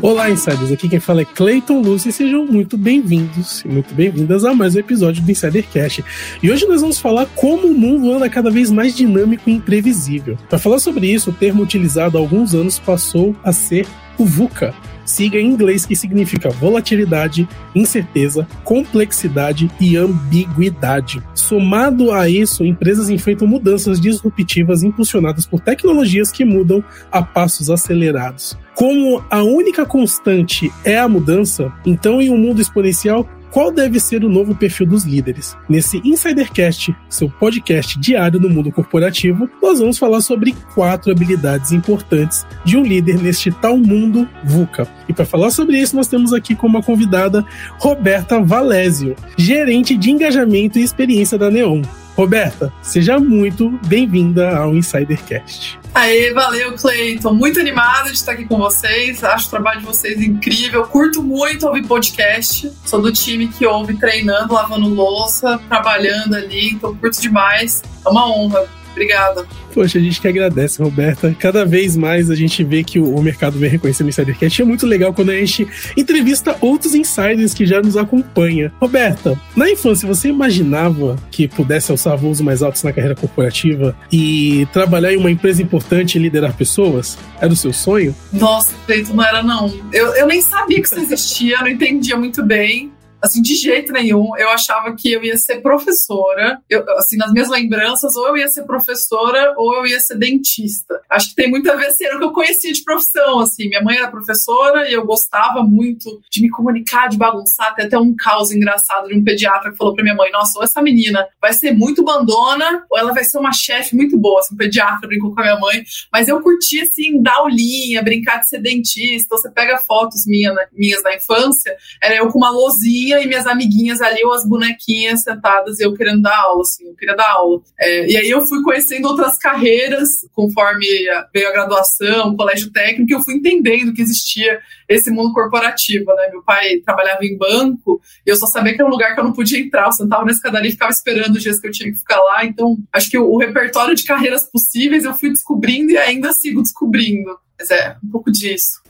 Olá, Insiders! Aqui quem fala é Clayton Lúcio e sejam muito bem-vindos e muito bem-vindas a mais um episódio do Insidercast. E hoje nós vamos falar como o mundo anda cada vez mais dinâmico e imprevisível. Para falar sobre isso, o termo utilizado há alguns anos passou a ser o VUCA, sigla em inglês que significa volatilidade, incerteza, complexidade e ambiguidade. Somado a isso, empresas enfrentam mudanças disruptivas impulsionadas por tecnologias que mudam a passos acelerados. Como a única constante é a mudança, então em um mundo exponencial, qual deve ser o novo perfil dos líderes? Nesse Insidercast, seu podcast diário no mundo corporativo, nós vamos falar sobre 4 habilidades importantes de um líder neste tal mundo VUCA. E para falar sobre isso, nós temos aqui como convidada Roberta Valésio, gerente de engajamento e experiência da Neon. Roberta, seja muito bem-vinda ao Insidercast. Aê, valeu, Clayton. Muito animada de estar aqui com vocês. Acho o trabalho de vocês incrível. Curto muito ouvir podcast. Sou do time que ouve treinando, lavando louça, trabalhando ali. Então, curto demais. É uma honra. Obrigada. Poxa, a gente que agradece, Roberta. Cada vez mais a gente vê que o mercado vem reconhecendo o Insidercast. É muito legal quando a gente entrevista outros insiders que já nos acompanham. Roberta, na infância você imaginava que pudesse alçar voos mais altos na carreira corporativa e trabalhar em uma empresa importante e liderar pessoas? Era o seu sonho? Nossa, Cleiton, não era não. Eu nem sabia que isso existia, não entendia muito bem. Assim, de jeito nenhum, eu achava que eu ia ser professora, assim, nas minhas lembranças, ou eu ia ser professora, ou eu ia ser dentista. Acho que tem muito a ver, assim, era o que eu conhecia de profissão, assim, minha mãe era professora e eu gostava muito de me comunicar, de bagunçar, tem até um caos engraçado de um pediatra que falou pra minha mãe, nossa, ou essa menina vai ser muito bandona, ou ela vai ser uma chefe muito boa, assim, um pediatra brincou com a minha mãe, mas eu curti, assim, dar aulinha, brincar de ser dentista, você pega fotos minhas na infância, era eu com uma lousinha e minhas amiguinhas ali, ou as bonequinhas sentadas, e eu querendo dar aula, assim, eu queria dar aula. E aí eu fui conhecendo outras carreiras, conforme veio a graduação, o colégio técnico, e eu fui entendendo que existia esse mundo corporativo, né? Meu pai trabalhava em banco, e eu só sabia que era um lugar que eu não podia entrar, eu sentava na escadaria e ficava esperando os dias que eu tinha que ficar lá, então acho que o repertório de carreiras possíveis eu fui descobrindo e ainda sigo descobrindo. Mas é um pouco disso.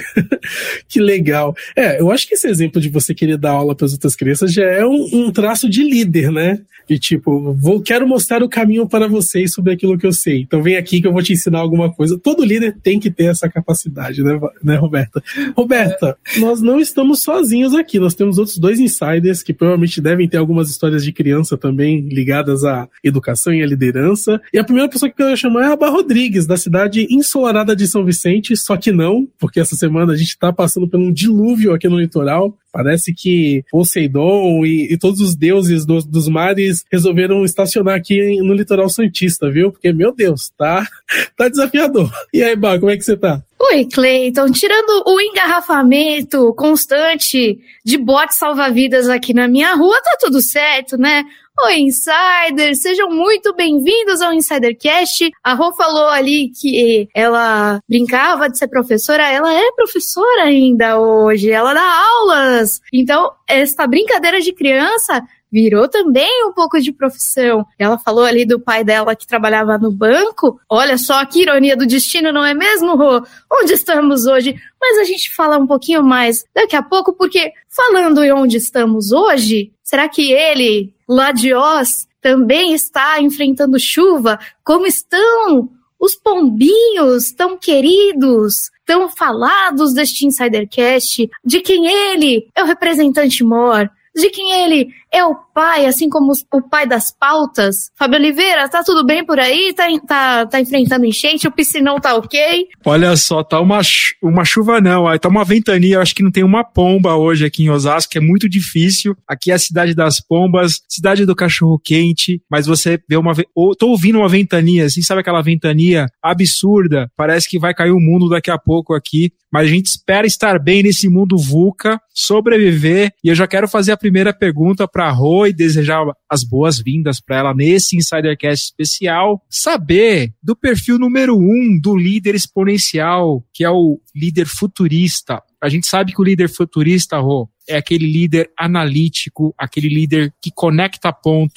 Que legal. Eu acho que esse exemplo de você querer dar aula para as outras crianças já é um traço de líder, né? De tipo, quero mostrar o caminho para vocês sobre aquilo que eu sei. Então vem aqui que eu vou te ensinar alguma coisa. Todo líder tem que ter essa capacidade, né, Roberta? Roberta, nós não estamos sozinhos aqui. Nós temos outros 2 insiders que provavelmente devem ter algumas histórias de criança também ligadas à educação e à liderança. E a primeira pessoa que eu quero chamar é a Bá Rodrigues, da cidade ensolarada de São Vicente, só que não, porque essa semana a gente está passando por um dilúvio aqui no litoral. Parece que Poseidon e todos os deuses dos mares resolveram estacionar aqui no litoral santista, viu? Porque, meu Deus, tá desafiador. E aí, Bá, como é que você tá? Oi, Clayton. Tirando o engarrafamento constante de botes salva-vidas aqui na minha rua, tá tudo certo, né? Oi, Insiders, sejam muito bem-vindos ao Insidercast. A Rô falou ali que ela brincava de ser professora, ela é professora ainda hoje, ela dá aulas. Então, essa brincadeira de criança virou também um pouco de profissão. Ela falou ali do pai dela que trabalhava no banco. Olha só que ironia do destino, não é mesmo, Rô? Onde estamos hoje? Mas a gente fala um pouquinho mais daqui a pouco, porque falando em onde estamos hoje, será que ele, lá de Oz, também está enfrentando chuva? Como estão os pombinhos tão queridos, tão falados deste Insidercast? De quem ele é o representante mor? De quem ele é o pai, assim como o pai das pautas? Fábio Oliveira, tá tudo bem por aí? Tá enfrentando enchente? O piscinão tá ok? Olha só, tá uma chuva não, tá uma ventania, eu acho que não tem uma pomba hoje aqui em Osasco, que é muito difícil. Aqui é a cidade das pombas, cidade do cachorro quente, mas você vê tô ouvindo uma ventania, assim, sabe aquela ventania absurda? Parece que vai cair o mundo daqui a pouco aqui, mas a gente espera estar bem nesse mundo VUCA, sobreviver, e eu já quero fazer a primeira pergunta para a Rô e desejar as boas-vindas para ela nesse Insidercast especial, saber do perfil número 1 do líder exponencial, que é o líder futurista. A gente sabe que o líder futurista, Rô, é aquele líder analítico, aquele líder que conecta pontos,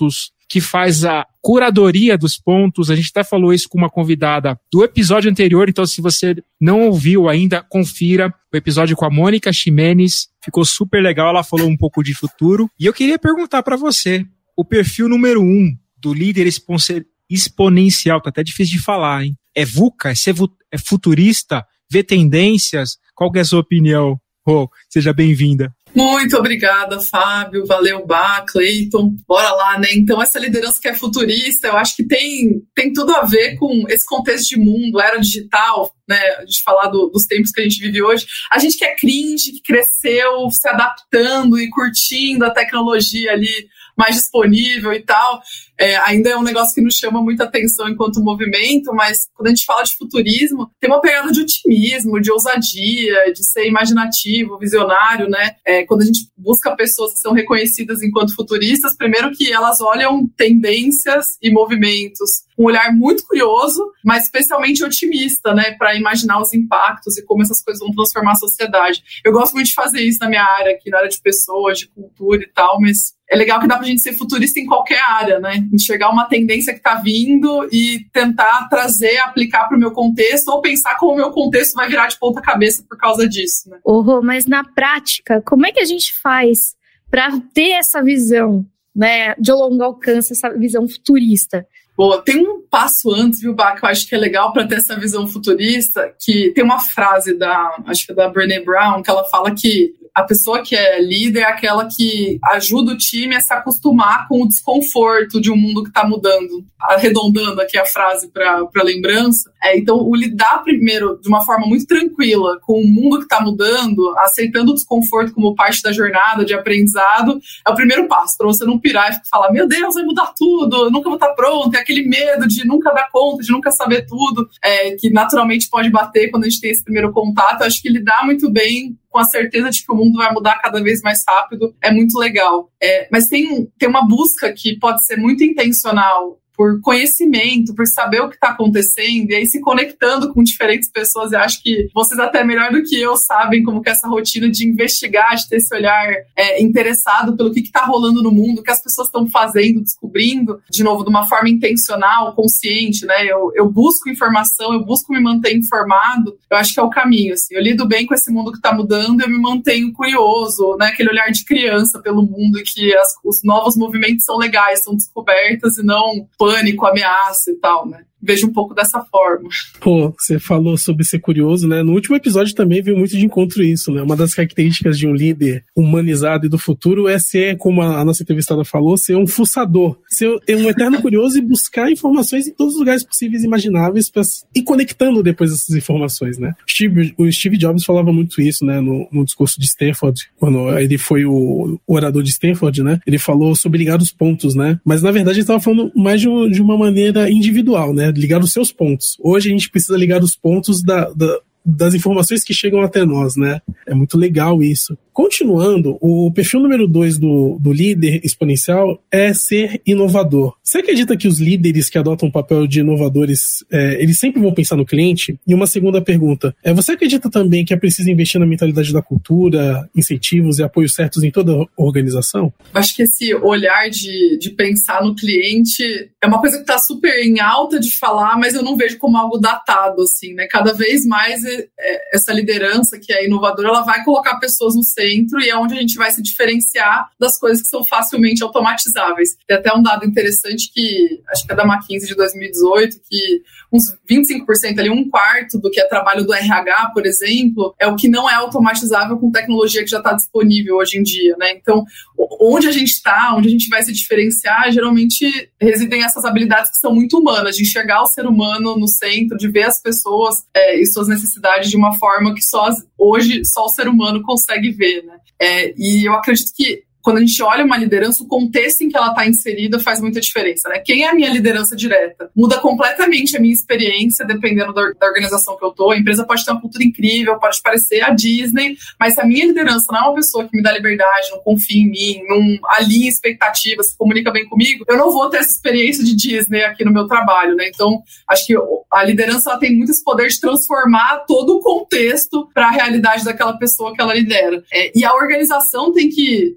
que faz a curadoria dos pontos. A gente até falou isso com uma convidada do episódio anterior, então se você não ouviu ainda, confira o episódio com a Mônica Ximenes, ficou super legal, ela falou um pouco de futuro. E eu queria perguntar para você, o perfil número 1 do líder exponencial, tá até difícil de falar, hein? É VUCA? É futurista? Vê tendências? Qual que é a sua opinião? Seja bem-vinda. Muito obrigada, Fábio, valeu, Bá, Cleiton, bora lá, né? Então essa liderança que é futurista, eu acho que tem tudo a ver com esse contexto de mundo, era digital, né? A gente falar dos tempos que a gente vive hoje, a gente que é cringe, que cresceu se adaptando e curtindo a tecnologia ali mais disponível e tal, ainda é um negócio que nos chama muita atenção enquanto movimento, mas quando a gente fala de futurismo, tem uma pegada de otimismo, de ousadia, de ser imaginativo, visionário, né? Quando a gente busca pessoas que são reconhecidas enquanto futuristas, primeiro que elas olham tendências e movimentos com um olhar muito curioso, mas especialmente otimista, né? Para imaginar os impactos e como essas coisas vão transformar a sociedade. Eu gosto muito de fazer isso na minha área, aqui na área de pessoas, de cultura e tal, mas é legal que dá pra gente ser futurista em qualquer área, né? Enxergar uma tendência que tá vindo e tentar trazer, aplicar pro meu contexto ou pensar como o meu contexto vai virar de ponta cabeça por causa disso, né? Mas na prática, como é que a gente faz para ter essa visão, né, de longo alcance, essa visão futurista? Boa, tem um passo antes, viu, Bá, que eu acho que é legal para ter essa visão futurista, que tem uma frase acho que da Brené Brown, que ela fala que a pessoa que é líder é aquela que ajuda o time a se acostumar com o desconforto de um mundo que está mudando. Arredondando aqui a frase para lembrança. Então, o lidar primeiro de uma forma muito tranquila com o mundo que está mudando, aceitando o desconforto como parte da jornada de aprendizado, é o primeiro passo, para você não pirar e falar, meu Deus, vai mudar tudo, eu nunca vou estar pronto, é aquele medo de nunca dar conta, de nunca saber tudo, que naturalmente pode bater quando a gente tem esse primeiro contato. Eu acho que lidar muito bem com a certeza de que o mundo vai mudar cada vez mais rápido é muito legal. Mas tem uma busca que pode ser muito intencional por conhecimento, por saber o que está acontecendo, e aí se conectando com diferentes pessoas. Eu acho que vocês até melhor do que eu sabem como que é essa rotina de investigar, de ter esse olhar interessado pelo que está rolando no mundo, o que as pessoas estão fazendo, descobrindo, de novo, de uma forma intencional, consciente, né? Eu busco informação, eu busco me manter informado, eu acho que é o caminho, assim. Eu lido bem com esse mundo que está mudando, eu me mantenho curioso, né? Aquele olhar de criança pelo mundo, e que os novos movimentos são legais, são descobertas e não pânico, ameaça e tal, né? Vejo um pouco dessa forma. Você falou sobre ser curioso, né? No último episódio também veio muito de encontro isso, né? Uma das características de um líder humanizado e do futuro é ser, como a nossa entrevistada falou, ser um fuçador, ser um eterno curioso e buscar informações em todos os lugares possíveis e imagináveis pra ir conectando depois essas informações, né? O Steve Jobs falava muito isso, né? No discurso de Stanford, quando ele foi o orador de Stanford, né? Ele falou sobre ligar os pontos, né? Mas na verdade ele estava falando mais de uma maneira individual, né? Ligar os seus pontos. Hoje a gente precisa ligar os pontos das informações que chegam até nós, né? É muito legal isso. Continuando, o perfil número 2 do líder exponencial é ser inovador. Você acredita que os líderes que adotam o papel de inovadores, eles sempre vão pensar no cliente? E uma segunda pergunta, você acredita também que é preciso investir na mentalidade da cultura, incentivos e apoios certos em toda a organização? Acho que esse olhar de pensar no cliente é uma coisa que está super em alta de falar, mas eu não vejo como algo datado, assim, né? Cada vez mais essa liderança que é inovadora, ela vai colocar pessoas no centro, e é onde a gente vai se diferenciar das coisas que são facilmente automatizáveis. Tem até um dado interessante que, acho que é da McKinsey de 2018, que uns 25% ali, um quarto do que é trabalho do RH, por exemplo, é o que não é automatizável com tecnologia que já está disponível hoje em dia, né? Então, onde a gente está, onde a gente vai se diferenciar, geralmente residem essas habilidades que são muito humanas, de enxergar o ser humano no centro, de ver as pessoas e suas necessidades de uma forma que hoje só o ser humano consegue ver, né? E eu acredito que quando a gente olha uma liderança, o contexto em que ela está inserida faz muita diferença, né? Quem é a minha liderança direta? Muda completamente a minha experiência, dependendo da organização que eu estou. A empresa pode ter uma cultura incrível, pode parecer a Disney, mas se a minha liderança não é uma pessoa que me dá liberdade, não confia em mim, não alinha expectativas, se comunica bem comigo, eu não vou ter essa experiência de Disney aqui no meu trabalho, né? Então, acho que a liderança ela tem muito esse poder de transformar todo o contexto para a realidade daquela pessoa que ela lidera. E a organização tem que possibilitar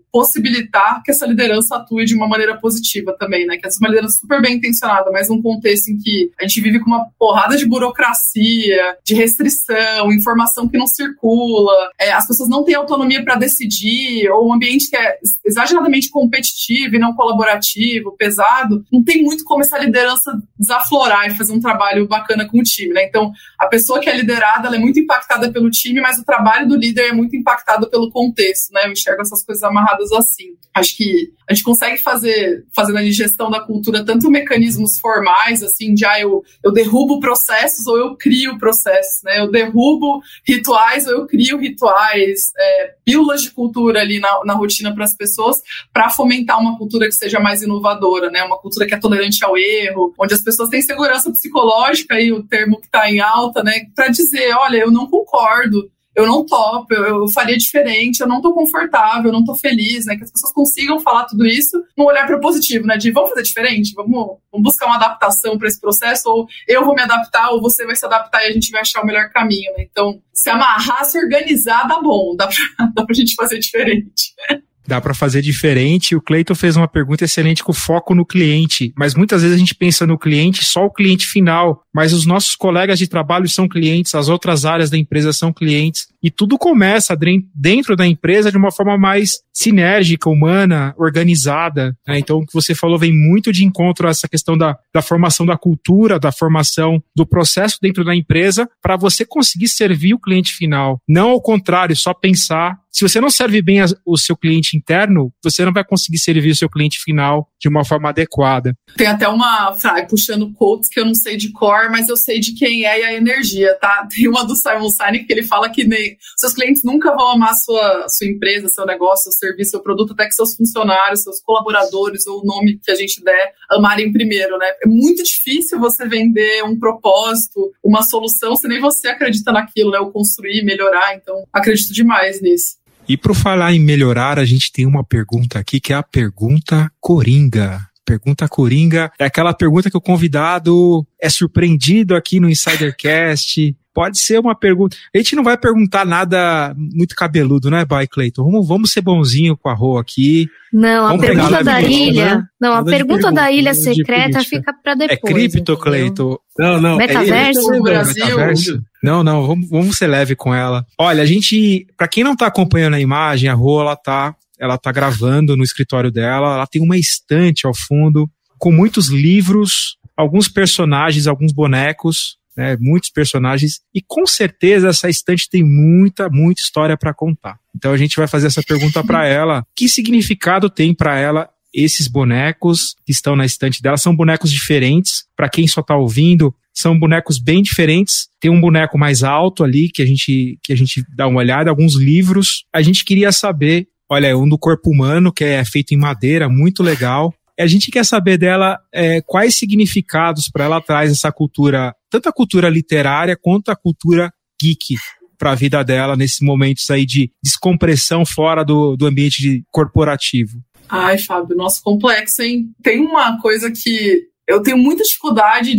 possibilitar que essa liderança atue de uma maneira positiva também, né? Que essa é uma liderança super bem intencionada, mas num contexto em que a gente vive com uma porrada de burocracia, de restrição, informação que não circula, as pessoas não têm autonomia para decidir, ou um ambiente que é exageradamente competitivo e não colaborativo, pesado, não tem muito como essa liderança desaflorar e fazer um trabalho bacana com o time, né? Então, a pessoa que é liderada, ela é muito impactada pelo time, mas o trabalho do líder é muito impactado pelo contexto, né? Eu enxergo essas coisas amarradas assim. Acho que a gente consegue fazendo a gestão da cultura, tanto mecanismos formais, assim, de eu derrubo processos ou eu crio processos, né? Eu derrubo rituais ou eu crio rituais, pílulas de cultura ali na rotina para as pessoas, para fomentar uma cultura que seja mais inovadora, né? Uma cultura que é tolerante ao erro, onde as pessoas têm segurança psicológica, aí o termo que está em alta, né? Para dizer, olha, eu não concordo, eu não topo, eu faria diferente, eu não estou confortável, eu não estou feliz, né? Que as pessoas consigam falar tudo isso num olhar propositivo, né? De vamos fazer diferente, vamos buscar uma adaptação para esse processo, ou eu vou me adaptar, ou você vai se adaptar e a gente vai achar o melhor caminho, né? Então, se amarrar, se organizar, dá bom, dá pra gente fazer diferente. Dá para fazer diferente. O Cleiton fez uma pergunta excelente com foco no cliente, mas muitas vezes a gente pensa no cliente, só o cliente final, mas os nossos colegas de trabalho são clientes, as outras áreas da empresa são clientes, e tudo começa dentro da empresa de uma forma mais sinérgica, humana, organizada, né? Então o que você falou vem muito de encontro a essa questão da formação da cultura, da formação do processo dentro da empresa, para você conseguir servir o cliente final, não ao contrário, só pensar. Se você não serve bem o seu cliente interno, você não vai conseguir servir o seu cliente final de uma forma adequada. Tem até uma frase, puxando quotes que eu não sei de cor, mas eu sei de quem é e a energia, tá? Tem uma do Simon Sinek que ele fala que seus clientes nunca vão amar sua empresa, seu negócio, seu serviço, seu produto, até que seus funcionários, seus colaboradores, ou o nome que a gente der, amarem primeiro, né? É muito difícil você vender um propósito, uma solução, se nem você acredita naquilo, né? Ou construir, melhorar, então acredito demais nisso. E por falar em melhorar, a gente tem uma pergunta aqui que é a pergunta Coringa. Pergunta Coringa é aquela pergunta que o convidado é surpreendido aqui no InsiderCast. Pode ser uma pergunta. A gente não vai perguntar nada muito cabeludo, né, Cleiton? Vamos ser bonzinho com a Rô aqui. Não, a pergunta da ilha. Né? Não, a pergunta da ilha secreta fica pra depois. É cripto, Cleiton. Não. Metaverso? Brasil. Não, vamos ser leve com ela. Olha, pra quem não tá acompanhando a imagem, a Rô, ela tá gravando no escritório dela, ela tem uma estante ao fundo com muitos livros, alguns personagens, alguns bonecos, né, muitos personagens, e com certeza essa estante tem muita história para contar. Então a gente vai fazer essa pergunta para ela: que significado tem para ela esses bonecos que estão na estante dela? São bonecos diferentes, para quem só tá ouvindo, são bonecos bem diferentes. Tem um boneco mais alto ali que a gente dá uma olhada, alguns livros. A gente queria saber, olha, um do corpo humano, que é feito em madeira, muito legal. A gente quer saber dela quais significados para ela traz essa cultura, tanto a cultura literária quanto a cultura geek, para a vida dela nesses momentos aí de descompressão fora do ambiente corporativo. Ai, Fábio, nosso complexo, hein? Tem uma coisa que eu tenho muita dificuldade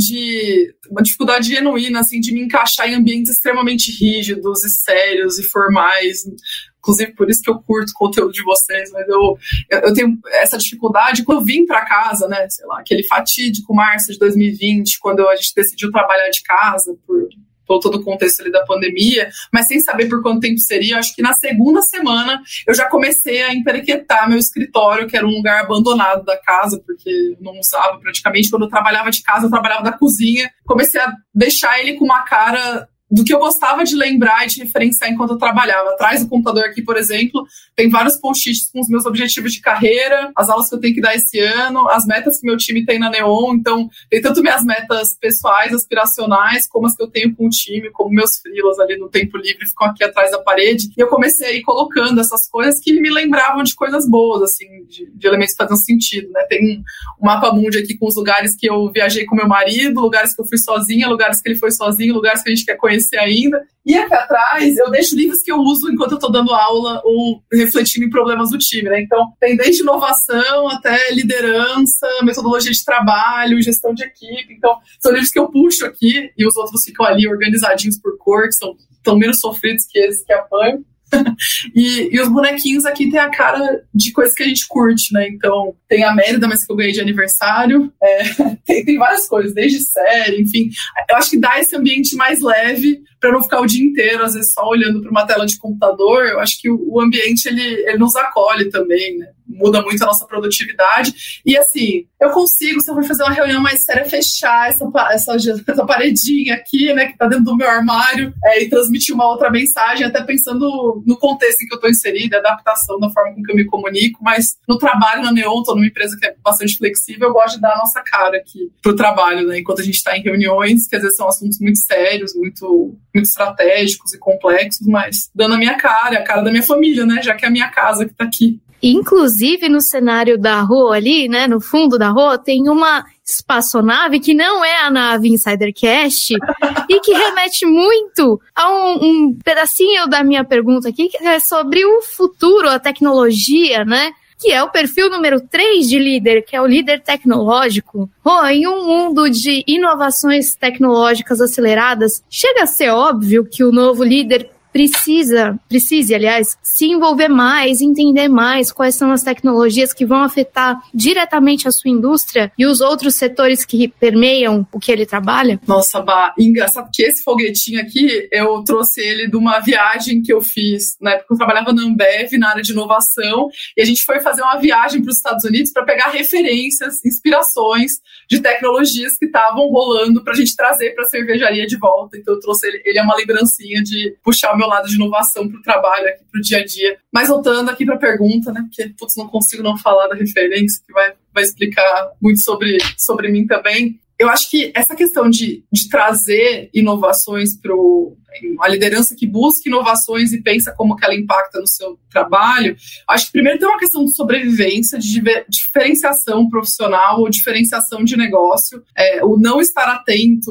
uma dificuldade genuína, assim, de me encaixar em ambientes extremamente rígidos e sérios e formais. Inclusive, por isso que eu curto o conteúdo de vocês, mas eu tenho essa dificuldade. Quando eu vim para casa, né, sei lá, aquele fatídico março de 2020, quando a gente decidiu trabalhar de casa por todo o contexto ali da pandemia, mas sem saber por quanto tempo seria, acho que na segunda semana eu já comecei a emperequetar meu escritório, que era um lugar abandonado da casa, porque eu não usava praticamente. Quando eu trabalhava de casa, eu trabalhava da cozinha. Comecei a deixar ele com uma cara do que eu gostava de lembrar e de referenciar enquanto eu trabalhava. Atrás do computador aqui, por exemplo, tem vários post-its com os meus objetivos de carreira, as aulas que eu tenho que dar esse ano, as metas que meu time tem na Neon. Então, tem tanto minhas metas pessoais, aspiracionais, como as que eu tenho com o time, como meus freelas ali no tempo livre ficam aqui atrás da parede. E eu comecei a ir colocando essas coisas que me lembravam de coisas boas, assim, de elementos que faziam sentido, né? Tem um mapa mundi aqui com os lugares que eu viajei com meu marido, lugares que eu fui sozinha, lugares que ele foi sozinho, lugares que a gente quer conhecer ainda. E aqui atrás eu deixo livros que eu uso enquanto eu estou dando aula ou refletindo em problemas do time, né? Então tem desde inovação até liderança, metodologia de trabalho, gestão de equipe. Então são livros que eu puxo aqui e os outros ficam ali organizadinhos por cor, que são tão menos sofridos que esses que apanham. E os bonequinhos aqui tem a cara de coisas que a gente curte, né? Então, tem a Mérida, mas que eu ganhei de aniversário. Tem várias coisas, desde série, enfim. Eu acho que dá esse ambiente mais leve para não ficar o dia inteiro, às vezes, só olhando para uma tela de computador. Eu acho que o ambiente, ele nos acolhe também, né? Muda muito a nossa produtividade. E assim, eu consigo, se eu for fazer uma reunião mais séria, fechar essa paredinha aqui, né, que tá dentro do meu armário, e transmitir uma outra mensagem, até pensando no contexto em que eu tô inserida, a adaptação da forma com que eu me comunico. Mas no trabalho, na Neon, tô numa empresa que é bastante flexível, eu gosto de dar a nossa cara aqui pro trabalho, né, enquanto a gente tá em reuniões, que às vezes são assuntos muito sérios, muito estratégicos e complexos, mas dando a minha cara, a cara da minha família, né, já que é a minha casa que tá aqui. Inclusive, no cenário da rua ali, né, no fundo da rua, tem uma espaçonave que não é a nave Insidercast e que remete muito a um pedacinho da minha pergunta aqui, que é sobre o futuro, a tecnologia, né? Que é o perfil número 3 de líder, que é o líder tecnológico. Em um mundo de inovações tecnológicas aceleradas, chega a ser óbvio que o novo líder precise, aliás, se envolver mais, entender mais quais são as tecnologias que vão afetar diretamente a sua indústria e os outros setores que permeiam o que ele trabalha? Nossa, Bá, engraçado que esse foguetinho aqui, eu trouxe ele de uma viagem que eu fiz, na época eu trabalhava na Ambev, na área de inovação, e a gente foi fazer uma viagem para os Estados Unidos para pegar referências, inspirações de tecnologias que estavam rolando para a gente trazer para a cervejaria de volta. Então eu trouxe ele, ele é uma lembrancinha de puxar o meu lado de inovação para o trabalho, aqui para o dia a dia. Mas voltando aqui para a pergunta, né, porque não consigo não falar da referência, que vai explicar muito sobre mim também. Eu acho que essa questão de trazer inovações para a liderança que busca inovações e pensa como que ela impacta no seu trabalho, acho que primeiro tem uma questão de sobrevivência, de diferenciação profissional ou diferenciação de negócio, o não estar atento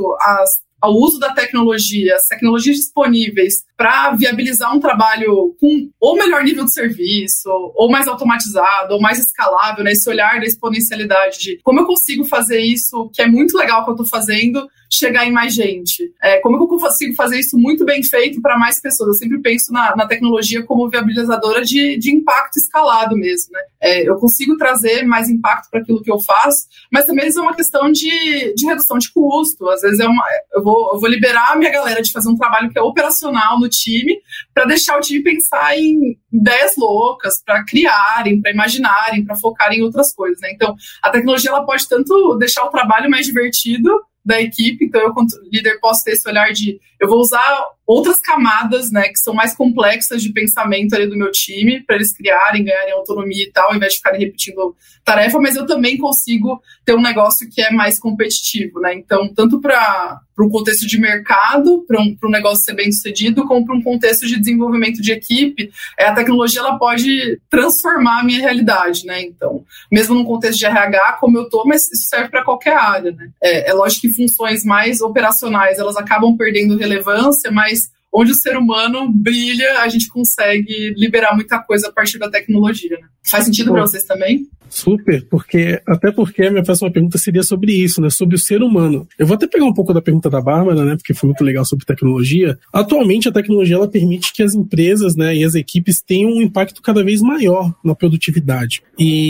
ao uso da tecnologia, as tecnologias disponíveis para viabilizar um trabalho com ou melhor nível de serviço, ou mais automatizado, ou mais escalável, né? Esse olhar da exponencialidade de como eu consigo fazer isso, que é muito legal que eu estou fazendo, chegar em mais gente. Como eu consigo fazer isso muito bem feito para mais pessoas. Eu sempre penso na tecnologia como viabilizadora de impacto escalado mesmo, né? Eu consigo trazer mais impacto para aquilo que eu faço, mas também isso é uma questão de redução de custo. Às vezes eu vou liberar a minha galera de fazer um trabalho que é operacional no time, para deixar o time pensar em ideias loucas, para criarem, para imaginarem, para focarem em outras coisas, né? Então, a tecnologia ela pode tanto deixar o trabalho mais divertido da equipe, então eu, como líder, posso ter esse olhar de eu vou usar outras camadas, né, que são mais complexas de pensamento ali do meu time, para eles criarem, ganharem autonomia e tal, ao invés de ficarem repetindo tarefa, mas eu também consigo ter um negócio que é mais competitivo, né? Então, tanto para um contexto de mercado, para um negócio ser bem sucedido, como para um contexto de desenvolvimento de equipe, a tecnologia ela pode transformar a minha realidade, né? Então, mesmo num contexto de RH, como eu tô, mas isso serve para qualquer área, né? É lógico que funções mais operacionais, elas acabam perdendo relevância, mas onde o ser humano brilha, a gente consegue liberar muita coisa a partir da tecnologia, né? Faz sentido para vocês também? Super, até porque a minha próxima pergunta seria sobre isso, né? Sobre o ser humano. Eu vou até pegar um pouco da pergunta da Bárbara, né? Porque foi muito legal sobre tecnologia. Atualmente, a tecnologia ela permite que as empresas, né, e as equipes tenham um impacto cada vez maior na produtividade.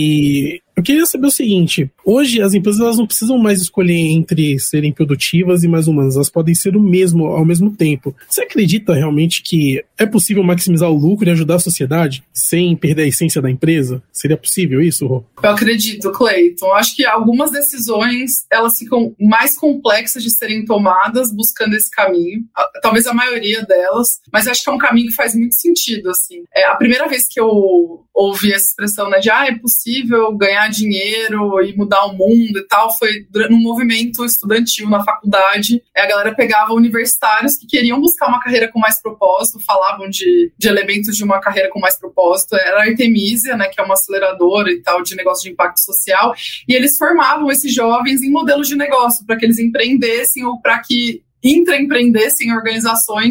E eu queria saber o seguinte: hoje as empresas elas não precisam mais escolher entre serem produtivas e mais humanas, elas podem ser o mesmo ao mesmo tempo. Você acredita realmente que é possível maximizar o lucro e ajudar a sociedade sem perder a essência da empresa? Seria possível isso, Rô? Eu acredito, Cleiton. Eu acho que algumas decisões elas ficam mais complexas de serem tomadas buscando esse caminho. Talvez a maioria delas, mas acho que é um caminho que faz muito sentido, assim. A primeira vez que eu ouvi essa expressão, né, de é possível ganhar dinheiro e mudar o mundo e tal, foi num movimento estudantil na faculdade. A galera pegava universitários que queriam buscar uma carreira com mais propósito, falavam de elementos de uma carreira com mais propósito. Era a Artemisia, né, que é uma aceleradora e tal, de negócio de impacto social, e eles formavam esses jovens em modelos de negócio, para que eles empreendessem ou para que intraempreendessem em organizações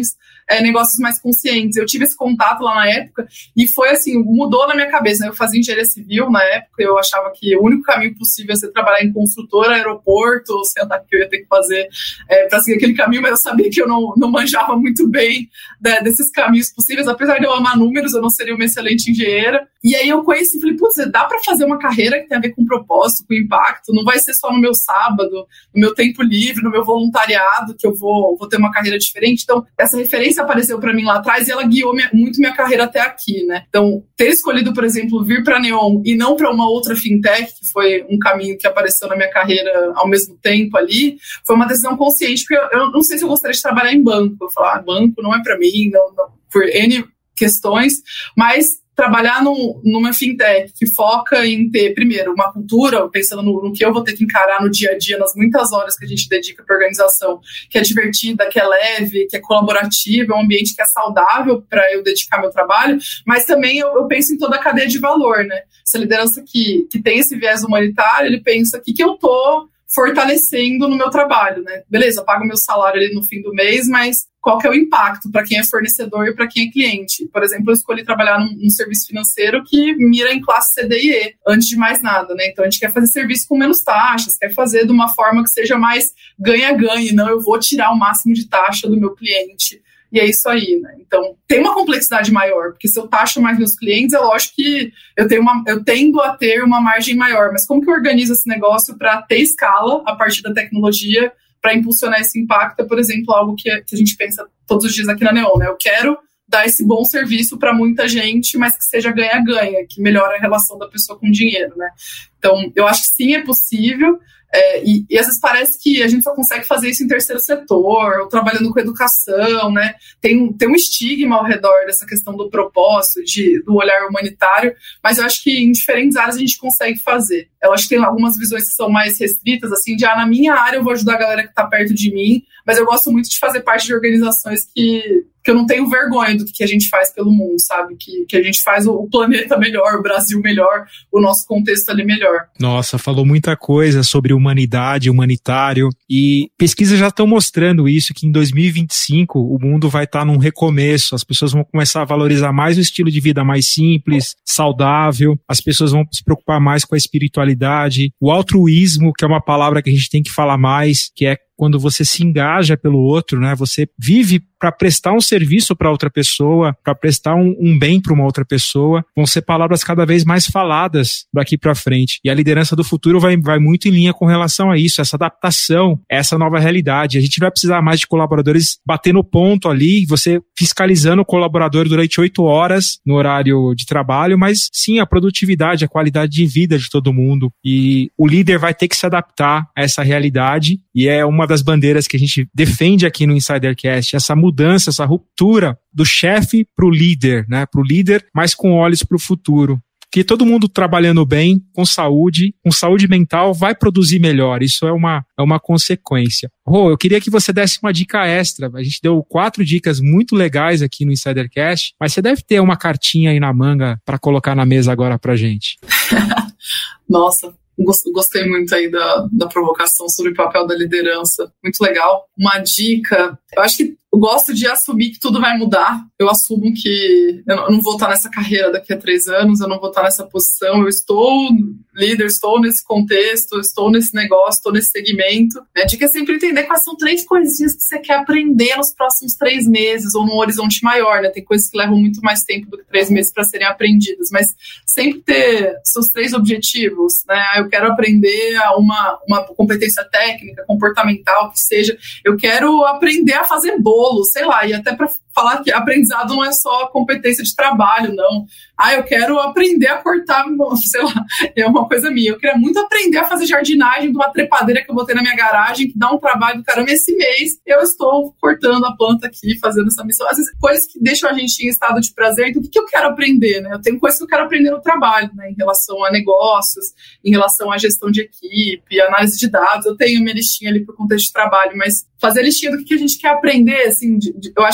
negócios mais conscientes. Eu tive esse contato lá na época e foi assim, mudou na minha cabeça, né? Eu fazia engenharia civil na época, eu achava que o único caminho possível é você trabalhar em construtora, aeroporto, ou sei lá, que eu ia ter que fazer para seguir aquele caminho, mas eu sabia que eu não manjava muito bem desses caminhos possíveis, apesar de eu amar números, eu não seria uma excelente engenheira. E aí eu conheci e falei, putz, dá para fazer uma carreira que tem a ver com propósito, com impacto, não vai ser só no meu sábado, no meu tempo livre, no meu voluntariado, que eu vou ter uma carreira diferente. Então, essa referência apareceu para mim lá atrás e ela guiou muito minha carreira até aqui, né? Então, ter escolhido, por exemplo, vir para Neon e não para uma outra fintech, que foi um caminho que apareceu na minha carreira ao mesmo tempo ali, foi uma decisão consciente, porque eu não sei se eu gostaria de trabalhar em banco. Eu falar, banco não é para mim, não, por N questões, mas trabalhar numa fintech que foca em ter, primeiro, uma cultura, pensando no que eu vou ter que encarar no dia a dia, nas muitas horas que a gente dedica para a organização, que é divertida, que é leve, que é colaborativa, é um ambiente que é saudável para eu dedicar meu trabalho, mas também eu penso em toda a cadeia de valor, né? Essa liderança que tem esse viés humanitário, ele pensa que eu estou fortalecendo no meu trabalho, né? Beleza, eu pago meu salário ali no fim do mês, mas qual que é o impacto para quem é fornecedor e para quem é cliente? Por exemplo, eu escolhi trabalhar num serviço financeiro que mira em classe C, D e E, antes de mais nada, né? Então, a gente quer fazer serviço com menos taxas, quer fazer de uma forma que seja mais ganha-ganha, não eu vou tirar o máximo de taxa do meu cliente. E é isso aí, né? Então, tem uma complexidade maior, porque se eu taxo mais meus clientes, é lógico que eu tendo a ter uma margem maior. Mas como que eu organizo esse negócio para ter escala a partir da tecnologia, para impulsionar esse impacto? É, por exemplo, algo que a gente pensa todos os dias aqui na Neon, né? Eu quero dar esse bom serviço para muita gente, mas que seja ganha-ganha, que melhore a relação da pessoa com o dinheiro, né? Então, eu acho que sim, é possível. E às vezes parece que a gente só consegue fazer isso em terceiro setor, ou trabalhando com educação, né? Tem um estigma ao redor dessa questão do propósito, do olhar humanitário, mas eu acho que em diferentes áreas a gente consegue fazer. Eu acho que tem algumas visões que são mais restritas, assim, de na minha área eu vou ajudar a galera que está perto de mim, mas eu gosto muito de fazer parte de organizações que eu não tenho vergonha do que a gente faz pelo mundo, sabe? Que a gente faz o planeta melhor, o Brasil melhor, o nosso contexto ali melhor. Nossa, falou muita coisa sobre humanidade, humanitário, e pesquisas já estão mostrando isso, que em 2025 o mundo vai estar num recomeço, as pessoas vão começar a valorizar mais o estilo de vida mais simples, saudável, as pessoas vão se preocupar mais com a espiritualidade, o altruísmo, que é uma palavra que a gente tem que falar mais, que é quando você se engaja pelo outro, né? Você vive para prestar um serviço para outra pessoa, para prestar um bem para uma outra pessoa, vão ser palavras cada vez mais faladas daqui para frente. E a liderança do futuro vai muito em linha com relação a isso, essa adaptação, essa nova realidade. A gente vai precisar mais de colaboradores batendo ponto ali, você fiscalizando o colaborador durante 8 horas no horário de trabalho, mas sim a produtividade, a qualidade de vida de todo mundo. E o líder vai ter que se adaptar a essa realidade, e é uma das bandeiras que a gente defende aqui no Insidercast, essa mudança, essa ruptura do chefe para o líder, né? Para o líder, mas com olhos para o futuro. Que todo mundo trabalhando bem, com saúde mental, vai produzir melhor. Isso é uma consequência. Rô, eu queria que você desse uma dica extra. A gente deu 4 dicas muito legais aqui no Insidercast, mas você deve ter uma cartinha aí na manga para colocar na mesa agora pra gente. Nossa, gostei muito aí da provocação sobre o papel da liderança. Muito legal. Uma dica, eu acho que eu gosto de assumir que tudo vai mudar. Eu assumo que eu não vou estar nessa carreira daqui a 3 anos, eu não vou estar nessa posição, eu estou líder, estou nesse contexto, estou nesse negócio, estou nesse segmento. A dica é sempre entender quais são 3 coisinhas que você quer aprender nos próximos 3 meses ou num horizonte maior, né? Tem coisas que levam muito mais tempo do que 3 meses para serem aprendidas, mas sempre ter seus 3 objetivos, né? Eu quero aprender uma competência técnica, comportamental, que seja. Eu quero aprender a fazer bolo, sei lá, e até para falar que aprendizado não é só competência de trabalho, não. Eu quero aprender a cortar, sei lá, é uma coisa minha. Eu queria muito aprender a fazer jardinagem de uma trepadeira que eu botei na minha garagem, que dá um trabalho do caramba. Esse mês eu estou cortando a planta aqui, fazendo essa missão. Às vezes, coisas que deixam a gente em estado de prazer. Então, o que eu quero aprender, né? Eu tenho coisas que eu quero aprender no trabalho, né? Em relação a negócios, em relação à gestão de equipe, análise de dados. Eu tenho minha listinha ali para o contexto de trabalho, mas fazer a listinha do que a gente quer aprender, assim, eu acho que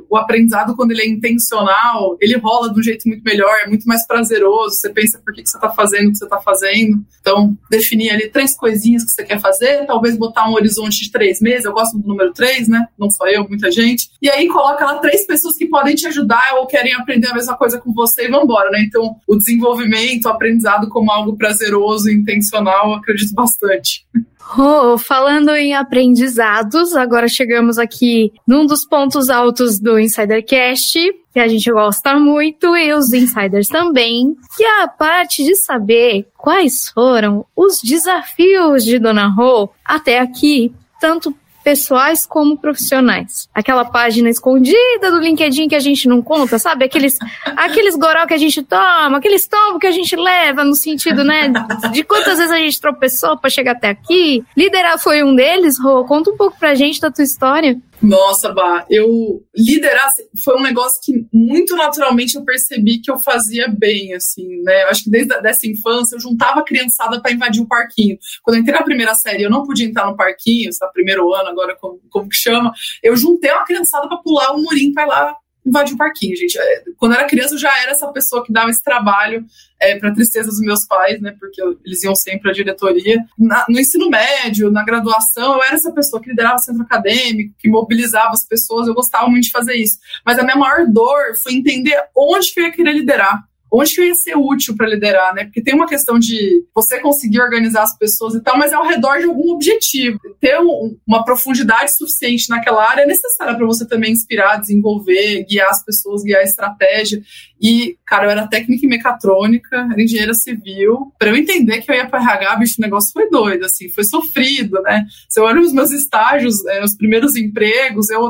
o aprendizado, quando ele é intencional, ele rola de um jeito muito melhor, é muito mais prazeroso, você pensa por que você está fazendo o que você está fazendo. Então, definir ali 3 coisinhas que você quer fazer, talvez botar um horizonte de 3 meses, eu gosto do número 3, né? Não só eu, muita gente. E aí coloca lá 3 pessoas que podem te ajudar ou querem aprender a mesma coisa com você e vambora, né? Então, o desenvolvimento, o aprendizado como algo prazeroso e intencional, eu acredito bastante. Oh, falando em aprendizados, agora chegamos aqui num dos pontos altos do InsiderCast, que a gente gosta muito, e os insiders também, que é a parte de saber quais foram os desafios de Dona Rô até aqui, tanto pessoais como profissionais. Aquela página escondida do LinkedIn que a gente não conta, sabe? Aqueles goró que a gente toma, aqueles tombos que a gente leva no sentido, né, de quantas vezes a gente tropeçou pra chegar até aqui. Liderar foi um deles, Rô? Conta um pouco pra gente da tua história. Nossa, Bá, liderar foi um negócio que muito naturalmente eu percebi que eu fazia bem, assim, né? Eu acho que desde essa infância eu juntava a criançada para invadir o parquinho. Quando eu entrei na primeira série, eu não podia entrar no parquinho, está primeiro ano agora, como que chama, eu juntei uma criançada para pular um murinho para ir lá invadir o parquinho, gente. Quando eu era criança, eu já era essa pessoa que dava esse trabalho para tristeza dos meus pais, né? Porque eles iam sempre para a diretoria. No ensino médio, na graduação, eu era essa pessoa que liderava o centro acadêmico, que mobilizava as pessoas. Eu gostava muito de fazer isso. Mas a minha maior dor foi entender onde que eu ia querer liderar. Onde que eu ia ser útil para liderar, né? Porque tem uma questão de você conseguir organizar as pessoas e tal, mas é ao redor de algum objetivo. Ter uma profundidade suficiente naquela área é necessária para você também inspirar, desenvolver, guiar as pessoas, guiar a estratégia. E, cara, eu era técnica em mecatrônica, era engenheira civil. Para eu entender que eu ia para RH, bicho, o negócio foi doido, assim, foi sofrido, né? Se eu olho os meus estágios, os primeiros empregos, eu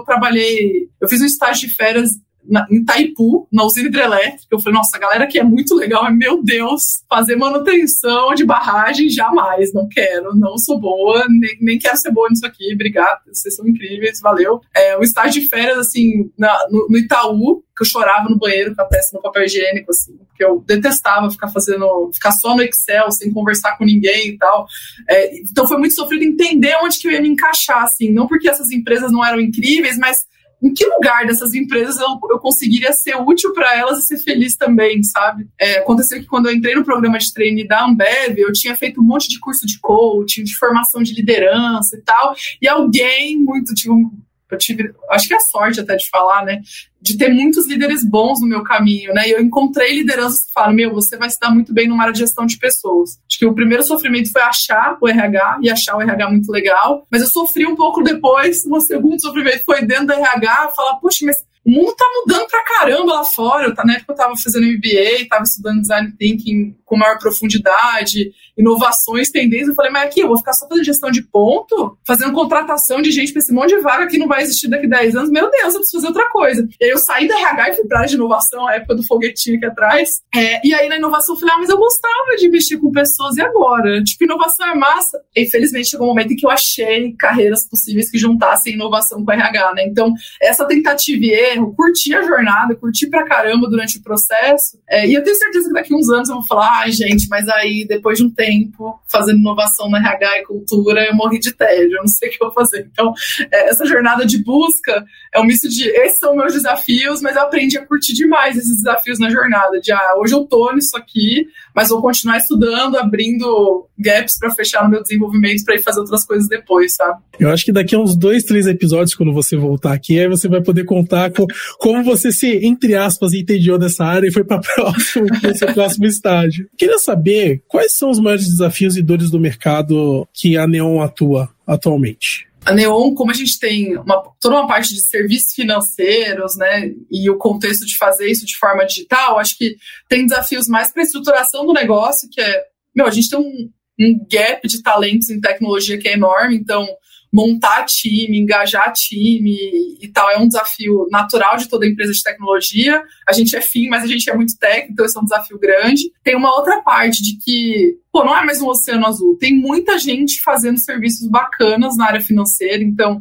fiz um estágio de férias em Itaipu, na usina hidrelétrica. Eu falei, nossa, a galera aqui é muito legal, meu Deus, fazer manutenção de barragem, jamais, não quero, não sou boa, nem quero ser boa nisso aqui, obrigada, vocês são incríveis, valeu. Um estágio de férias, assim, no Itaú, que eu chorava no banheiro com a testa no papel higiênico, assim, porque eu detestava ficar só no Excel, sem conversar com ninguém e tal. Então foi muito sofrido entender onde que eu ia me encaixar, assim, não porque essas empresas não eram incríveis, mas em que lugar dessas empresas eu conseguiria ser útil para elas e ser feliz também, sabe? Aconteceu que quando eu entrei no programa de trainee da Ambev, eu tinha feito um monte de curso de coaching, de formação de liderança e tal, e alguém eu tive, acho que é a sorte até de falar, né, de ter muitos líderes bons no meu caminho, né, e eu encontrei lideranças que falam, você vai se dar muito bem numa área de gestão de pessoas. Acho que o primeiro sofrimento foi achar o RH, e achar o RH muito legal, mas eu sofri um pouco depois, um segundo sofrimento foi dentro do RH, falar, puxa, mas o mundo tá mudando pra caramba lá fora. Na época eu tava fazendo MBA, tava estudando Design Thinking com maior profundidade, inovações, tendências. Eu falei, mas aqui, eu vou ficar só fazendo gestão de ponto, fazendo contratação de gente pra esse monte de vaga que não vai existir daqui a 10 anos. Meu Deus, eu preciso fazer outra coisa. E aí eu saí da RH e fui pra área de inovação, a época do foguetinho aqui atrás. E aí na inovação eu falei, mas eu gostava de investir com pessoas, e agora? Tipo, inovação é massa. E infelizmente chegou um momento em que eu achei carreiras possíveis que juntassem inovação com RH, né? Então, essa tentativa e erro, curti a jornada, curti pra caramba durante o processo. E eu tenho certeza que daqui a uns anos eu vou falar, gente, mas aí depois de um tempo fazendo inovação na RH e cultura, eu morri de tédio, eu não sei o que eu vou fazer. Então, essa jornada de busca é um misto de, esses são meus desafios, mas eu aprendi a curtir demais esses desafios na jornada, de hoje eu tô nisso aqui, mas vou continuar estudando, abrindo gaps pra fechar no meu desenvolvimento pra ir fazer outras coisas depois, sabe? Eu acho que daqui a uns 2, 3 episódios, quando você voltar aqui, aí você vai poder contar como você se, entre aspas, entediou dessa área e foi para o seu próximo estágio. Queria saber quais são os maiores desafios e dores do mercado que a Neon atua atualmente. A Neon, como a gente tem toda uma parte de serviços financeiros, né, e o contexto de fazer isso de forma digital, acho que tem desafios mais para a estruturação do negócio, que a gente tem um gap de talentos em tecnologia que é enorme, então montar time, engajar time e tal é um desafio natural de toda empresa de tecnologia. A gente é mas a gente é muito técnico, então esse é um desafio grande. Tem uma outra parte de que, não é mais um oceano azul. Tem muita gente fazendo serviços bacanas na área financeira, então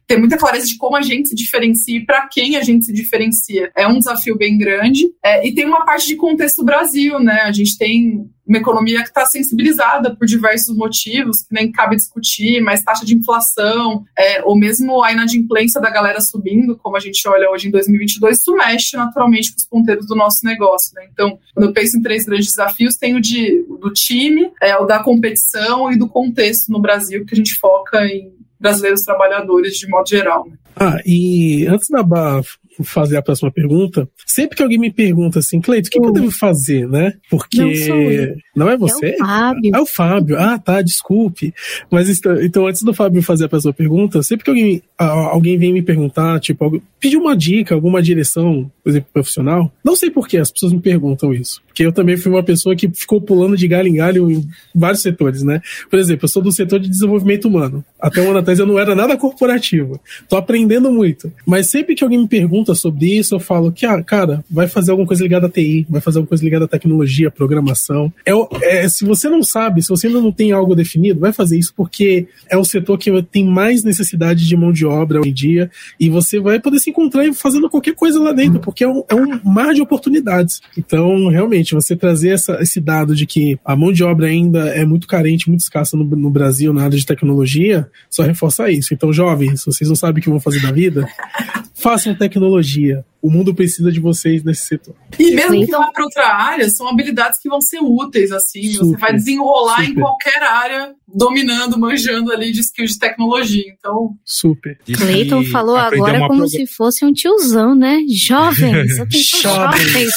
ter muita clareza de como a gente se diferencia e para quem a gente se diferencia. É um desafio bem grande. E tem uma parte de contexto Brasil, né? A gente tem uma economia que está sensibilizada por diversos motivos, que nem cabe discutir, mas taxa de inflação, ou mesmo a inadimplência da galera subindo, como a gente olha hoje em 2022, isso mexe naturalmente com os ponteiros do nosso negócio, né? Então, quando eu penso em 3 grandes desafios, tem o do time, o da competição e do contexto no Brasil, que a gente foca em brasileiros trabalhadores de modo geral, né? E antes da Bá fazer a próxima pergunta, sempre que alguém me pergunta assim, Cleito, o que eu devo fazer, né? Porque... Não sou eu. Não é você? É o Fábio. É o Fábio. Tá, desculpe. Mas então, antes do Fábio fazer a próxima pergunta, sempre que alguém vem me perguntar, tipo, pedir uma dica, alguma direção, por exemplo, profissional, não sei por que as pessoas me perguntam isso. Porque eu também fui uma pessoa que ficou pulando de galho em galho em vários setores, né? Por exemplo, eu sou do setor de desenvolvimento humano. Até um ano atrás eu não era nada corporativo. Tô aprendendo muito. Mas sempre que alguém me pergunta sobre isso, eu falo que, cara, vai fazer alguma coisa ligada à TI, vai fazer alguma coisa ligada à tecnologia, programação. Se você não sabe, se você ainda não tem algo definido, vai fazer isso porque é um setor que tem mais necessidade de mão de obra hoje em dia e você vai poder se encontrar fazendo qualquer coisa lá dentro, porque é um mar de oportunidades. Então, realmente, você trazer esse dado de que a mão de obra ainda é muito carente, muito escassa no Brasil na área de tecnologia, só reforça isso. Então, jovens, se vocês não sabem o que vão fazer da vida, façam tecnologia. O mundo precisa de vocês nesse setor. E mesmo que vá para outra área, são habilidades que vão ser úteis, assim. Super, você vai desenrolar em qualquer área, dominando, manjando ali de skills de tecnologia. Então, super. Cleiton falou agora como se fosse um tiozão, né? Jovens, eu tenho jovens.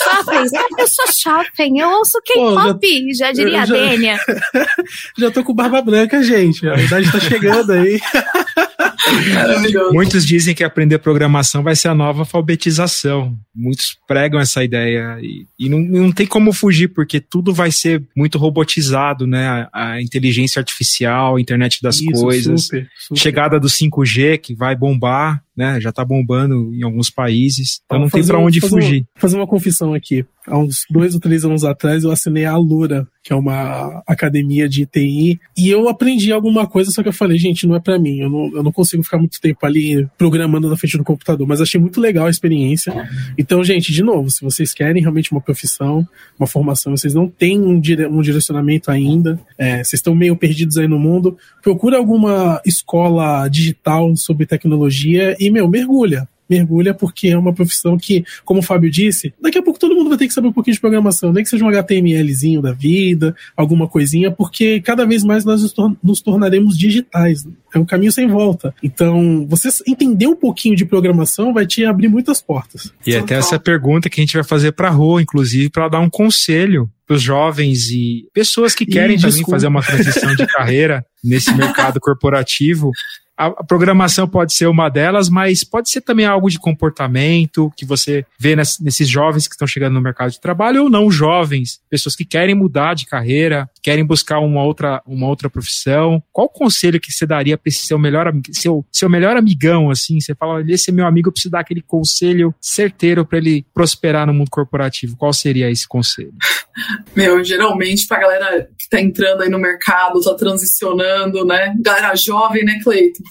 Eu sou jovem, eu ouço K-pop, já diria a Dênia. Já tô com barba branca, gente. A idade tá chegando aí. Maravilhoso. Muitos dizem que aprender programação vai ser a nova alfabetização. Muitos pregam essa ideia e não tem como fugir, porque tudo vai ser muito robotizado, né? A inteligência artificial, a internet das coisas, super. Chegada do 5G que vai bombar, né? Já tá bombando em alguns países, então não tem pra onde fugir. Fazer uma confissão aqui. Há uns 2 ou 3 anos atrás eu assinei a Alura, que é uma academia de TI, e eu aprendi alguma coisa, só que eu falei, gente, não é pra mim, eu não consigo ficar muito tempo ali programando na frente do computador, mas achei muito legal a experiência. Então, gente, de novo, se vocês querem realmente uma profissão, uma formação, vocês não têm um direcionamento ainda, vocês estão meio perdidos aí no mundo, procura alguma escola digital sobre tecnologia e, mergulha, porque é uma profissão que, como o Fábio disse, daqui a pouco todo mundo vai ter que saber um pouquinho de programação, nem que seja um HTMLzinho da vida, alguma coisinha, porque cada vez mais nós nos tornaremos digitais. É um caminho sem volta. Então, você entender um pouquinho de programação vai te abrir muitas portas. E até essa pergunta que a gente vai fazer para a Rô, inclusive, para dar um conselho para os jovens e pessoas que querem também fazer uma transição de carreira nesse mercado corporativo. A programação pode ser uma delas, mas pode ser também algo de comportamento que você vê nesses jovens que estão chegando no mercado de trabalho, ou não jovens, pessoas que querem mudar de carreira, querem buscar uma outra profissão. Qual o conselho que você daria para esse seu melhor amigão, assim? Você fala, esse é meu amigo, eu preciso dar aquele conselho certeiro para ele prosperar no mundo corporativo. Qual seria esse conselho? Geralmente pra galera que tá entrando aí no mercado, tá transicionando, né? Galera jovem, né, Cleiton?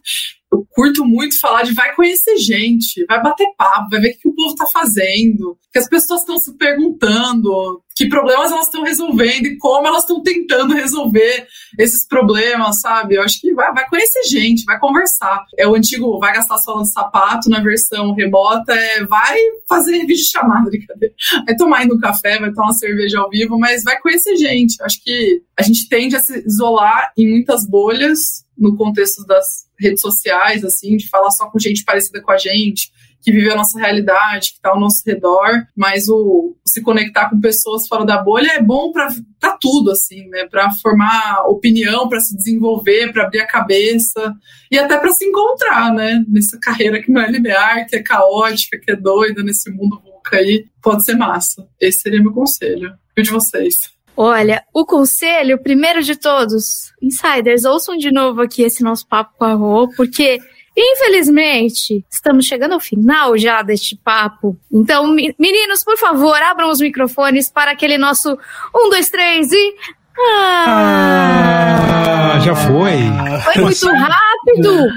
Eu curto muito falar de vai conhecer gente, vai bater papo, vai ver o que o povo tá fazendo, que as pessoas estão se perguntando, que problemas elas estão resolvendo e como elas estão tentando resolver esses problemas, sabe? Eu acho que vai conhecer gente, vai conversar. É o antigo vai gastar sola de sapato, na versão remota, vai fazer videochamada, brincadeira. Vai tomar indo um café, vai tomar uma cerveja ao vivo, mas vai conhecer gente. Eu acho que a gente tende a se isolar em muitas bolhas, no contexto das redes sociais, assim, de falar só com gente parecida com a gente, que vive a nossa realidade, que está ao nosso redor, mas o se conectar com pessoas fora da bolha é bom para tudo, assim, né? Para formar opinião, para se desenvolver, para abrir a cabeça e até para se encontrar, né? Nessa carreira que não é linear, que é caótica, que é doida, nesse mundo VUCA aí, pode ser massa. Esse seria meu conselho. E o de vocês? Olha, o conselho, primeiro de todos, insiders, ouçam de novo aqui esse nosso papo com a Rô, porque, infelizmente, estamos chegando ao final já deste papo. Então, meninos, por favor, abram os microfones para aquele nosso 1, 2, 3 e... já foi. Foi muito rápido.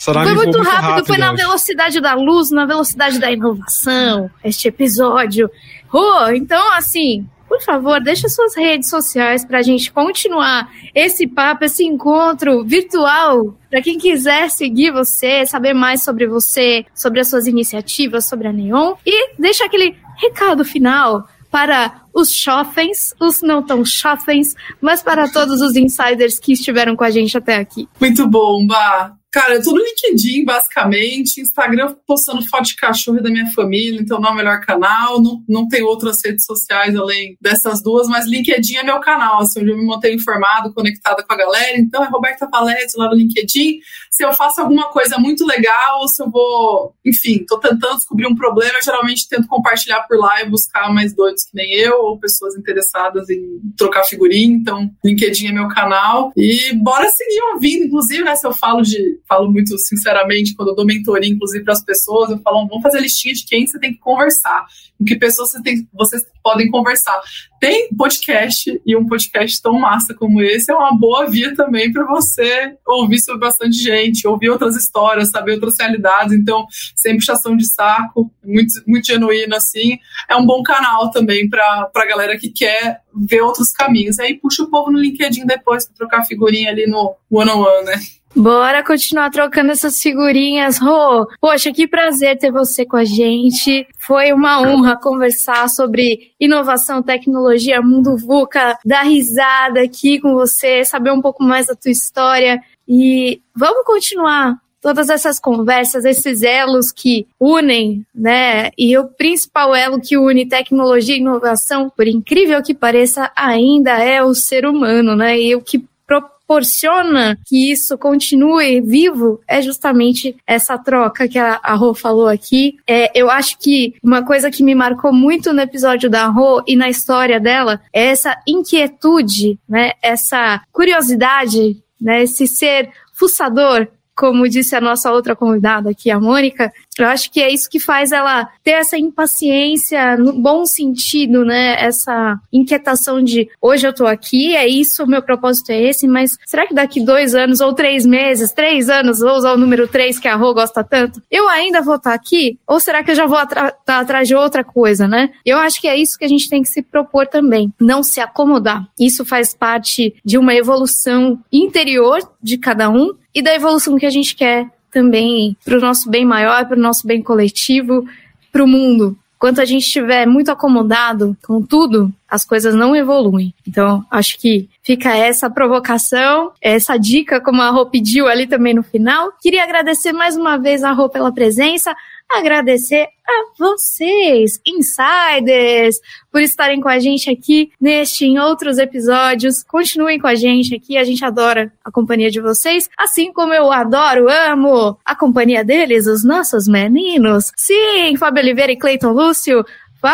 Foi muito rápido, foi na velocidade da luz, na velocidade da inovação, este episódio. Então, assim, por favor, deixa suas redes sociais pra gente continuar esse papo, esse encontro virtual, pra quem quiser seguir você, saber mais sobre você, sobre as suas iniciativas, sobre a Neon. E deixa aquele recado final para os chofens, os não tão chofens, mas para todos os insiders que estiveram com a gente até aqui. Muito bom, Bá. Cara, eu tô no LinkedIn, basicamente, Instagram postando foto de cachorro e da minha família, então não é o melhor canal, não tem outras redes sociais além dessas duas, mas LinkedIn é meu canal, assim, onde eu me mantenho informado, conectada com a galera, então é Roberta Valete lá no LinkedIn. Se eu faço alguma coisa muito legal, se eu vou, enfim, tô tentando descobrir um problema, eu geralmente tento compartilhar por lá e buscar mais doidos que nem eu, ou pessoas interessadas em trocar figurinha, então LinkedIn é meu canal, e bora seguir ouvindo, inclusive, né, se eu falo muito sinceramente, quando eu dou mentoria, inclusive, para as pessoas, eu falo, vamos fazer listinha de quem você tem que conversar, com que pessoas vocês podem conversar. Tem podcast, e um podcast tão massa como esse é uma boa via também para você ouvir sobre bastante gente, ouvir outras histórias, saber outras realidades, então, sem puxação de saco, muito, muito genuíno, assim, é um bom canal também para a galera que quer ver outros caminhos. Aí puxa o povo no LinkedIn depois para trocar figurinha ali no one-on-one, né? Bora continuar trocando essas figurinhas, Rô. Poxa, que prazer ter você com a gente. Foi uma honra conversar sobre inovação, tecnologia, mundo VUCA, dar risada aqui com você, saber um pouco mais da tua história. E vamos continuar todas essas conversas, esses elos que unem, né? E o principal elo que une tecnologia e inovação, por incrível que pareça, ainda é o ser humano, né? E o que proporciona que isso continue vivo é justamente essa troca que a Rô falou aqui. Eu acho que uma coisa que me marcou muito no episódio da Rô e na história dela é essa inquietude, né? Essa curiosidade, né? Esse ser fuçador, como disse a nossa outra convidada aqui, a Mônica. Eu acho que é isso que faz ela ter essa impaciência no bom sentido, né? Essa inquietação de hoje eu tô aqui, é isso, o meu propósito é esse, mas será que daqui 2 anos ou 3 meses, 3 anos, vou usar o número 3 que a Rô gosta tanto, eu ainda vou estar aqui? Ou será que eu já vou estar atrás de outra coisa, né? Eu acho que é isso que a gente tem que se propor também, não se acomodar. Isso faz parte de uma evolução interior de cada um e da evolução que a gente quer também para o nosso bem maior, para o nosso bem coletivo, para o mundo. Enquanto a gente estiver muito acomodado com tudo, as coisas não evoluem. Então, acho que fica essa provocação, essa dica, como a Rô pediu ali também no final. Queria agradecer mais uma vez a Rô pela presença, agradecer a vocês, insiders, por estarem com a gente aqui neste e em outros episódios. Continuem com a gente aqui, a gente adora a companhia de vocês, assim como eu adoro, amo a companhia deles, os nossos meninos. Sim, Fábio Oliveira e Cleiton Lúcio.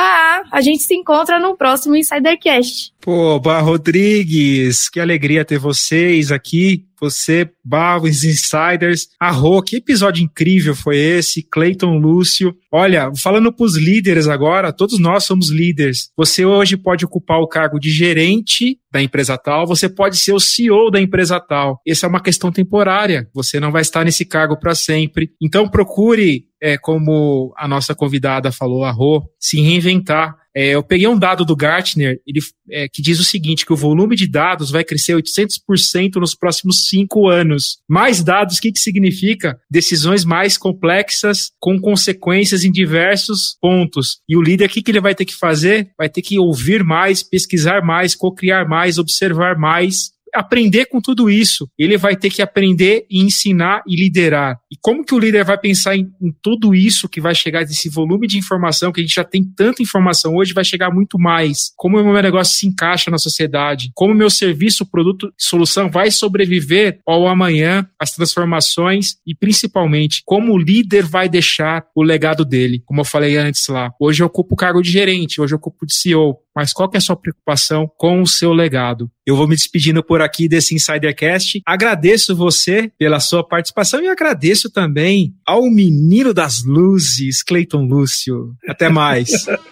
A gente se encontra no próximo Insidercast. Pô, Bá Rodrigues, que alegria ter vocês aqui. Você, Bá, os Insiders. Rô, que episódio incrível foi esse? Cleiton Lúcio. Olha, falando pros líderes agora, todos nós somos líderes. Você hoje pode ocupar o cargo de gerente da empresa tal, você pode ser o CEO da empresa tal. Essa é uma questão temporária. Você não vai estar nesse cargo para sempre. Então procure, como a nossa convidada falou, a Rô, se reinventar. Eu peguei um dado do Gartner, que diz o seguinte, que o volume de dados vai crescer 800% nos próximos 5 anos. Mais dados, o que significa? Decisões mais complexas, com consequências em diversos pontos. E o líder, o que ele vai ter que fazer? Vai ter que ouvir mais, pesquisar mais, cocriar mais, observar mais, aprender com tudo isso. Ele vai ter que aprender e ensinar e liderar. E como que o líder vai pensar em tudo isso que vai chegar desse volume de informação, que a gente já tem tanta informação hoje, vai chegar muito mais. Como o meu negócio se encaixa na sociedade, como o meu serviço, produto, solução vai sobreviver ao amanhã, às transformações e principalmente como o líder vai deixar o legado dele. Como eu falei antes lá, hoje eu ocupo o cargo de gerente, hoje eu ocupo de CEO, mas qual que é a sua preocupação com o seu legado? Eu vou me despedindo por aqui desse Insidercast. Agradeço você pela sua participação e agradeço também ao menino das luzes, Cleiton Lúcio. Até mais.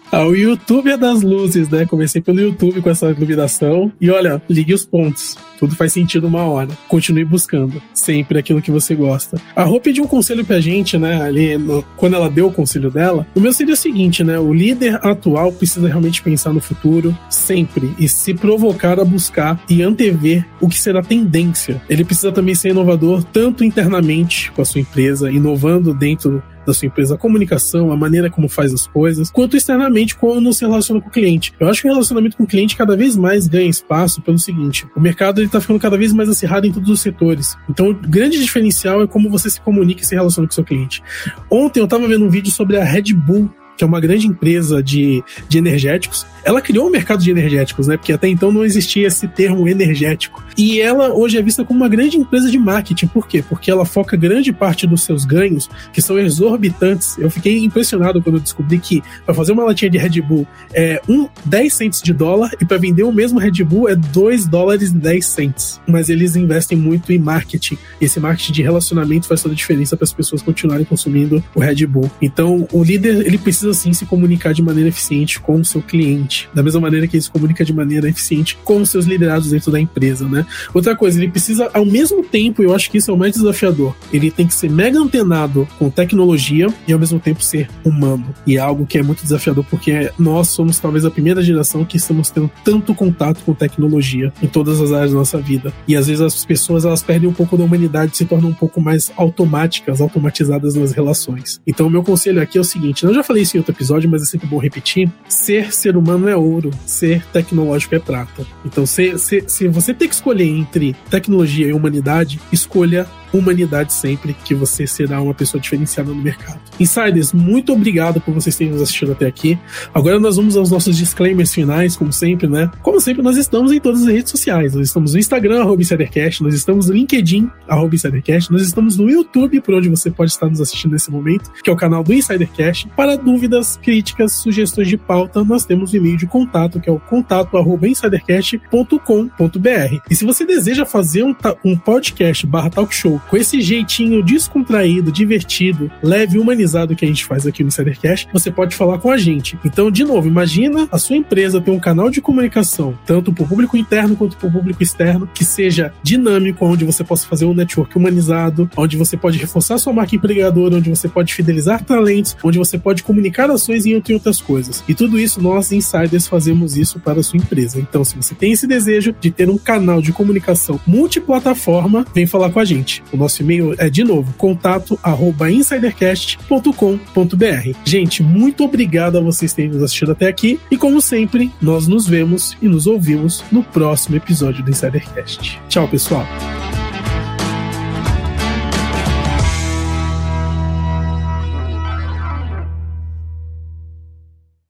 O YouTube é das luzes, né? Comecei pelo YouTube com essa iluminação e olha, ligue os pontos. Tudo faz sentido uma hora. Continue buscando sempre aquilo que você gosta. A Rô pediu um conselho pra gente, né? Quando ela deu o conselho dela, o meu seria o seguinte, né? O líder atual precisa realmente pensar no futuro sempre e se provocar a buscar e antever o que será tendência. Ele precisa também ser inovador tanto internamente com a sua empresa, inovando dentro da sua empresa, a comunicação, a maneira como faz as coisas, quanto externamente como se relaciona com o cliente. Eu acho que o relacionamento com o cliente cada vez mais ganha espaço pelo seguinte: o mercado está ficando cada vez mais acirrado em todos os setores. Então o grande diferencial é como você se comunica e se relaciona com o seu cliente. Ontem eu estava vendo um vídeo sobre a Red Bull, que é uma grande empresa de energéticos. Ela criou o mercado de energéticos, né? Porque até então não existia esse termo energético. E ela hoje é vista como uma grande empresa de marketing. Por quê? Porque ela foca grande parte dos seus ganhos, que são exorbitantes. Eu fiquei impressionado quando eu descobri que para fazer uma latinha de Red Bull é 10 cents de dólar e para vender o mesmo Red Bull é 2 dólares e 10 cents. Mas eles investem muito em marketing. Esse marketing de relacionamento faz toda a diferença para as pessoas continuarem consumindo o Red Bull. Então, o líder, ele precisa sim se comunicar de maneira eficiente com o seu cliente, da mesma maneira que ele se comunica de maneira eficiente com os seus liderados dentro da empresa, né? Outra coisa, ele precisa, ao mesmo tempo, eu acho que isso é o mais desafiador, ele tem que ser mega antenado com tecnologia e ao mesmo tempo ser humano. E é algo que é muito desafiador porque nós somos talvez a primeira geração que estamos tendo tanto contato com tecnologia em todas as áreas da nossa vida. E às vezes as pessoas, elas perdem um pouco da humanidade, se tornam um pouco mais automatizadas nas relações. Então o meu conselho aqui é o seguinte, eu já falei isso em outro episódio, mas é sempre bom repetir: ser humano é ouro, ser tecnológico é prata. Então, se você tem que escolher entre tecnologia e humanidade, escolha humanidade sempre, que você será uma pessoa diferenciada no mercado. Insiders, muito obrigado por vocês terem nos assistido até aqui. Agora nós vamos aos nossos disclaimers finais, como sempre, né? Como sempre, nós estamos em todas as redes sociais. Nós estamos no Instagram, @InsiderCast, nós estamos no LinkedIn, @InsiderCast, nós estamos no YouTube, por onde você pode estar nos assistindo nesse momento, que é o canal do InsiderCast. Para dúvidas, críticas, sugestões de pauta, nós temos o e-mail de contato, que é o contato@insidercast.com.br. E se você deseja fazer um podcast /talk show com esse jeitinho descontraído, divertido, leve e humanizado que a gente faz aqui no InsiderCast, você pode falar com a gente. Então, de novo, imagina a sua empresa ter um canal de comunicação, tanto para o público interno quanto para o público externo, que seja dinâmico, onde você possa fazer um network humanizado, onde você pode reforçar sua marca empregadora, onde você pode fidelizar talentos, onde você pode comunicar ações e entre outras coisas. E tudo isso, nós, insiders, fazemos isso para a sua empresa. Então, se você tem esse desejo de ter um canal de comunicação multiplataforma, vem falar com a gente. O nosso e-mail é, de novo, contato@insidercast.com.br. Gente, muito obrigado a vocês terem nos assistido até aqui e, como sempre, nós nos vemos e nos ouvimos no próximo episódio do InsiderCast. Tchau, pessoal!